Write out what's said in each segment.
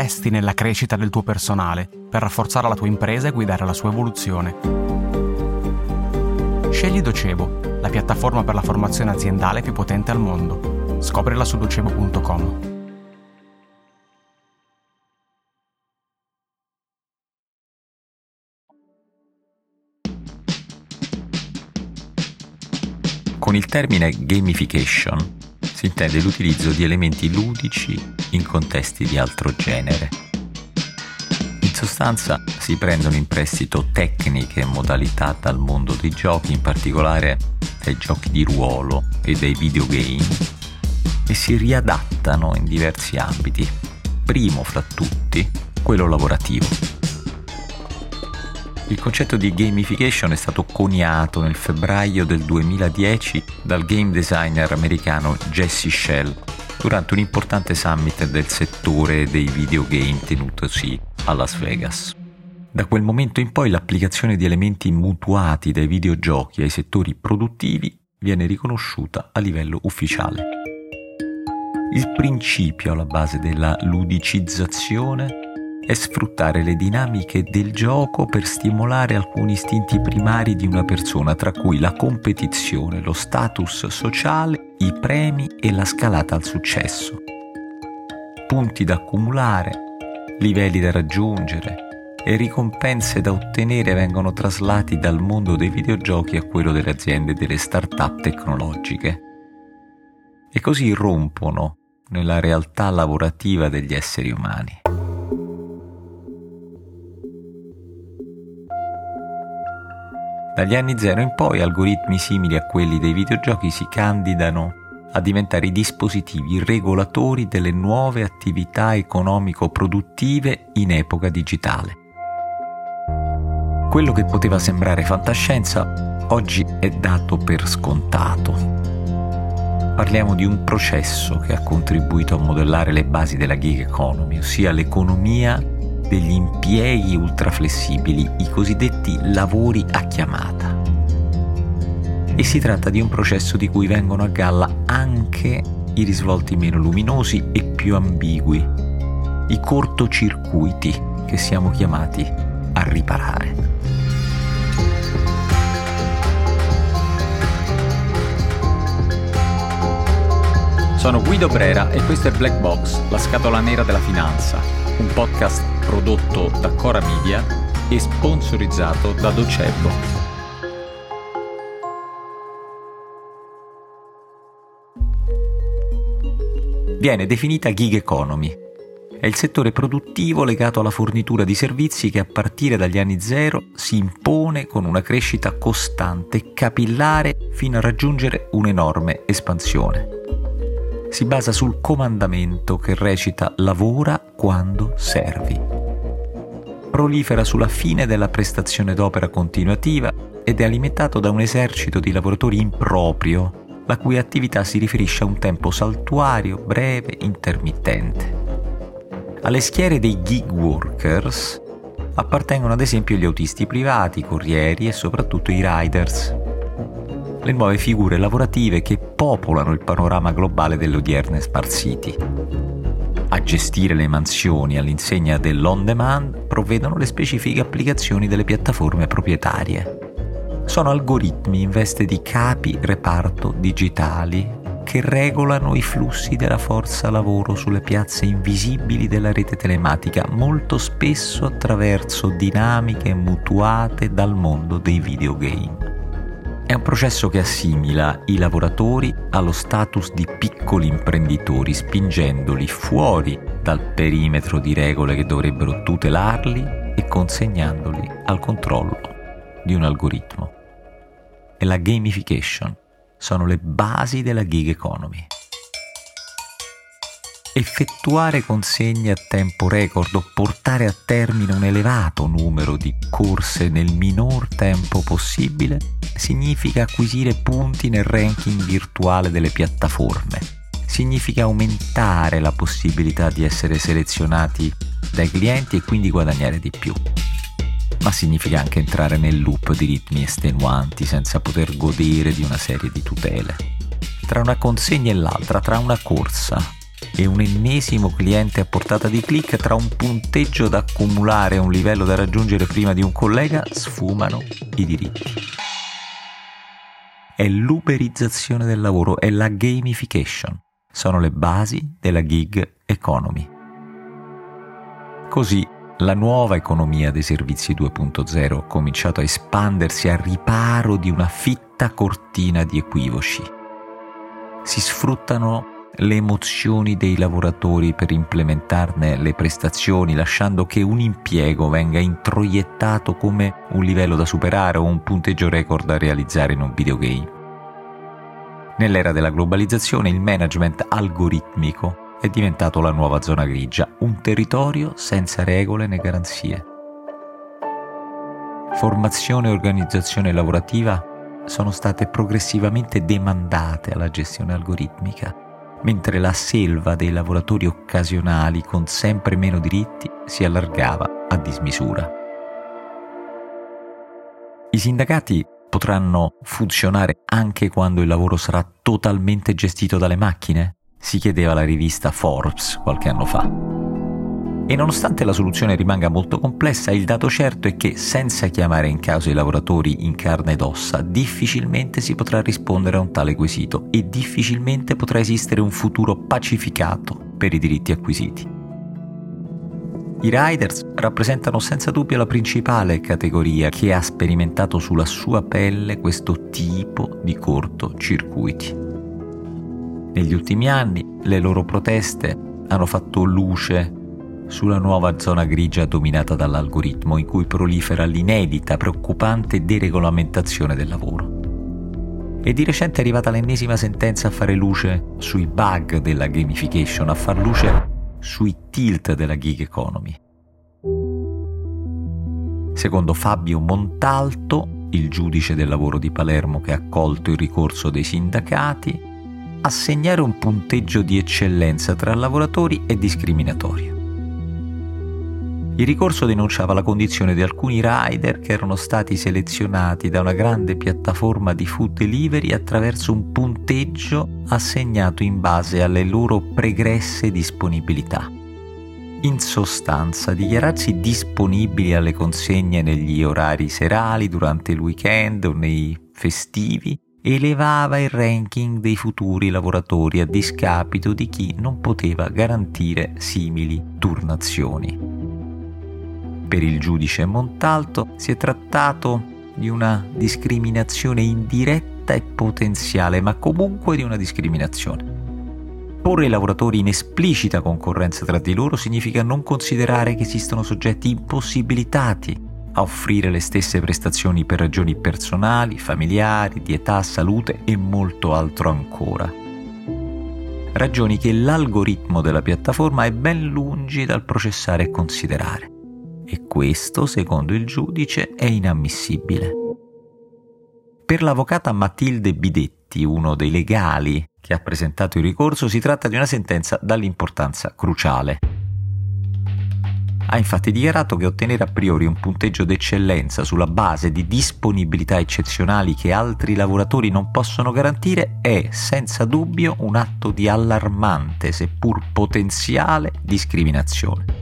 investi nella crescita del tuo personale per rafforzare la tua impresa e guidare la sua evoluzione. Scegli Docebo, la piattaforma per la formazione aziendale più potente al mondo. Scoprila su docebo.com. Con il termine gamification si intende l'utilizzo di elementi ludici in contesti di altro genere. In sostanza si prendono in prestito tecniche e modalità dal mondo dei giochi, in particolare dai giochi di ruolo e dai videogame, e si riadattano in diversi ambiti, primo fra tutti quello lavorativo. Il concetto di gamification è stato coniato nel febbraio del 2010 dal game designer americano Jesse Schell durante un importante summit del settore dei videogame tenutosi a Las Vegas. Da quel momento in poi l'applicazione di elementi mutuati dai videogiochi ai settori produttivi viene riconosciuta a livello ufficiale. Il principio alla base della ludicizzazione è sfruttare le dinamiche del gioco per stimolare alcuni istinti primari di una persona, tra cui la competizione, lo status sociale, i premi e la scalata al successo. Punti da accumulare, livelli da raggiungere e ricompense da ottenere vengono traslati dal mondo dei videogiochi a quello delle aziende e delle start-up tecnologiche. E così irrompono nella realtà lavorativa degli esseri umani. Dagli anni zero in poi algoritmi simili a quelli dei videogiochi si candidano a diventare i dispositivi regolatori delle nuove attività economico-produttive in epoca digitale. Quello che poteva sembrare fantascienza oggi è dato per scontato. Parliamo di un processo che ha contribuito a modellare le basi della gig economy, ossia l'economia degli impieghi ultraflessibili, i cosiddetti lavori a chiamata. E si tratta di un processo di cui vengono a galla anche i risvolti meno luminosi e più ambigui, i cortocircuiti che siamo chiamati a riparare. Sono Guido Brera e questo è Black Box, la scatola nera della finanza, un podcast prodotto da Cora Media e sponsorizzato da Docebo. Viene definita gig economy. È il settore produttivo legato alla fornitura di servizi che a partire dagli anni zero si impone con una crescita costante e capillare fino a raggiungere un'enorme espansione. Si basa sul comandamento che recita lavora quando servi. Prolifera sulla fine della prestazione d'opera continuativa ed è alimentato da un esercito di lavoratori improprio, la cui attività si riferisce a un tempo saltuario, breve, intermittente. Alle schiere dei gig workers appartengono ad esempio gli autisti privati, i corrieri e soprattutto i riders, le nuove figure lavorative che popolano il panorama globale delle odierne smart city. A gestire le mansioni all'insegna dell'on demand provvedono le specifiche applicazioni delle piattaforme proprietarie. Sono algoritmi in veste di capi reparto digitali che regolano i flussi della forza lavoro sulle piazze invisibili della rete telematica, molto spesso attraverso dinamiche mutuate dal mondo dei videogame. È un processo che assimila i lavoratori allo status di piccoli imprenditori, spingendoli fuori dal perimetro di regole che dovrebbero tutelarli e consegnandoli al controllo di un algoritmo. E la gamification sono le basi della gig economy. Effettuare consegne a tempo record o portare a termine un elevato numero di corse nel minor tempo possibile significa acquisire punti nel ranking virtuale delle piattaforme. Significa aumentare la possibilità di essere selezionati dai clienti e quindi guadagnare di più. Ma significa anche entrare nel loop di ritmi estenuanti senza poter godere di una serie di tutele. Tra una consegna e l'altra, tra una corsa e un ennesimo cliente a portata di click, tra un punteggio da accumulare e un livello da raggiungere prima di un collega, sfumano i diritti. È l'uberizzazione del lavoro, è la gamification. Sono le basi della gig economy. Così la nuova economia dei servizi 2.0 ha cominciato a espandersi a riparo di una fitta cortina di equivoci. Si sfruttano le emozioni dei lavoratori per implementarne le prestazioni, lasciando che un impiego venga introiettato come un livello da superare o un punteggio record da realizzare in un videogame. Nell'era della globalizzazione il management algoritmico è diventato la nuova zona grigia, un territorio senza regole né garanzie. Formazione e organizzazione lavorativa sono state progressivamente demandate alla gestione algoritmica, mentre la selva dei lavoratori occasionali con sempre meno diritti si allargava a dismisura. I sindacati potranno funzionare anche quando il lavoro sarà totalmente gestito dalle macchine? Si chiedeva la rivista Forbes qualche anno fa. E nonostante la soluzione rimanga molto complessa, il dato certo è che senza chiamare in causa i lavoratori in carne ed ossa, difficilmente si potrà rispondere a un tale quesito e difficilmente potrà esistere un futuro pacificato per i diritti acquisiti. I riders rappresentano senza dubbio la principale categoria che ha sperimentato sulla sua pelle questo tipo di cortocircuiti. Negli ultimi anni le loro proteste hanno fatto luce sulla nuova zona grigia dominata dall'algoritmo, in cui prolifera l'inedita, preoccupante deregolamentazione del lavoro. E di recente è arrivata l'ennesima sentenza a fare luce sui bug della gamification, a far luce sui tilt della gig economy. Secondo Fabio Montalto, il giudice del lavoro di Palermo che ha accolto il ricorso dei sindacati, assegnare un punteggio di eccellenza tra lavoratori è discriminatorio. Il ricorso denunciava la condizione di alcuni rider che erano stati selezionati da una grande piattaforma di food delivery attraverso un punteggio assegnato in base alle loro pregresse disponibilità. In sostanza, dichiararsi disponibili alle consegne negli orari serali, durante il weekend o nei festivi, elevava il ranking dei futuri lavoratori a discapito di chi non poteva garantire simili turnazioni. Per il giudice Montalto si è trattato di una discriminazione indiretta e potenziale, ma comunque di una discriminazione. Porre i lavoratori in esplicita concorrenza tra di loro significa non considerare che esistono soggetti impossibilitati a offrire le stesse prestazioni per ragioni personali, familiari, di età, salute e molto altro ancora. Ragioni che l'algoritmo della piattaforma è ben lungi dal processare e considerare. E questo, secondo il giudice, è inammissibile. Per l'avvocata Matilde Bidetti, uno dei legali che ha presentato il ricorso, si tratta di una sentenza dall'importanza cruciale. Ha infatti dichiarato che ottenere a priori un punteggio d'eccellenza sulla base di disponibilità eccezionali che altri lavoratori non possono garantire è senza dubbio un atto di allarmante, seppur potenziale, discriminazione.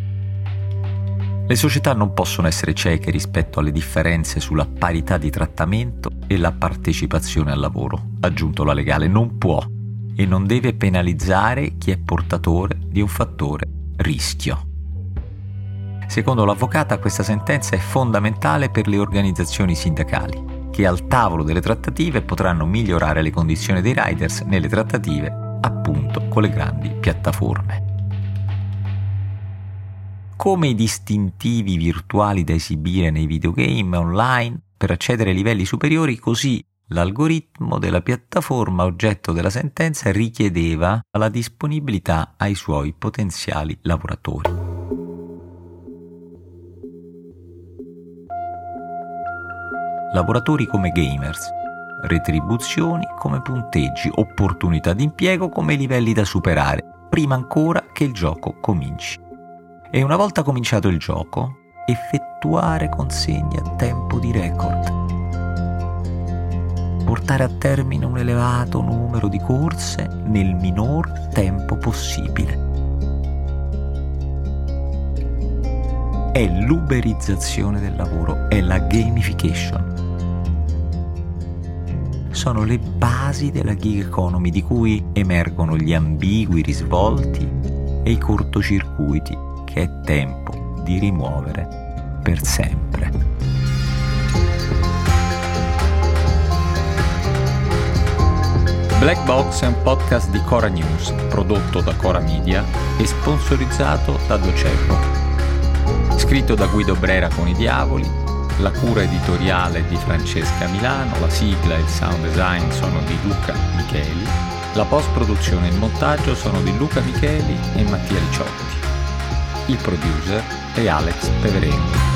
Le società non possono essere cieche rispetto alle differenze sulla parità di trattamento e la partecipazione al lavoro, ha aggiunto la legale. Non può e non deve penalizzare chi è portatore di un fattore rischio. Secondo l'avvocata, questa sentenza è fondamentale per le organizzazioni sindacali, che al tavolo delle trattative potranno migliorare le condizioni dei riders nelle trattative, appunto, con le grandi piattaforme. Come i distintivi virtuali da esibire nei videogame online per accedere ai livelli superiori, così l'algoritmo della piattaforma oggetto della sentenza richiedeva la disponibilità ai suoi potenziali lavoratori. Lavoratori come gamers, retribuzioni come punteggi, opportunità di impiego come livelli da superare, prima ancora che il gioco cominci. E una volta cominciato il gioco, effettuare consegne a tempo di record. portare a termine un elevato numero di corse nel minor tempo possibile. È l'uberizzazione del lavoro, è la gamification. Sono le basi della gig economy di cui emergono gli ambigui risvolti e i cortocircuiti che è tempo di rimuovere per sempre. Black Box è un podcast di Cora News, prodotto da Cora Media e sponsorizzato da Docebo. Scritto da Guido Brera con i Diavoli, la cura editoriale di Francesca Milano, la sigla e il sound design sono di Luca Micheli, la post-produzione e il montaggio sono di Luca Micheli e Mattia Ricciotti. Il producer è Alex Peverelli.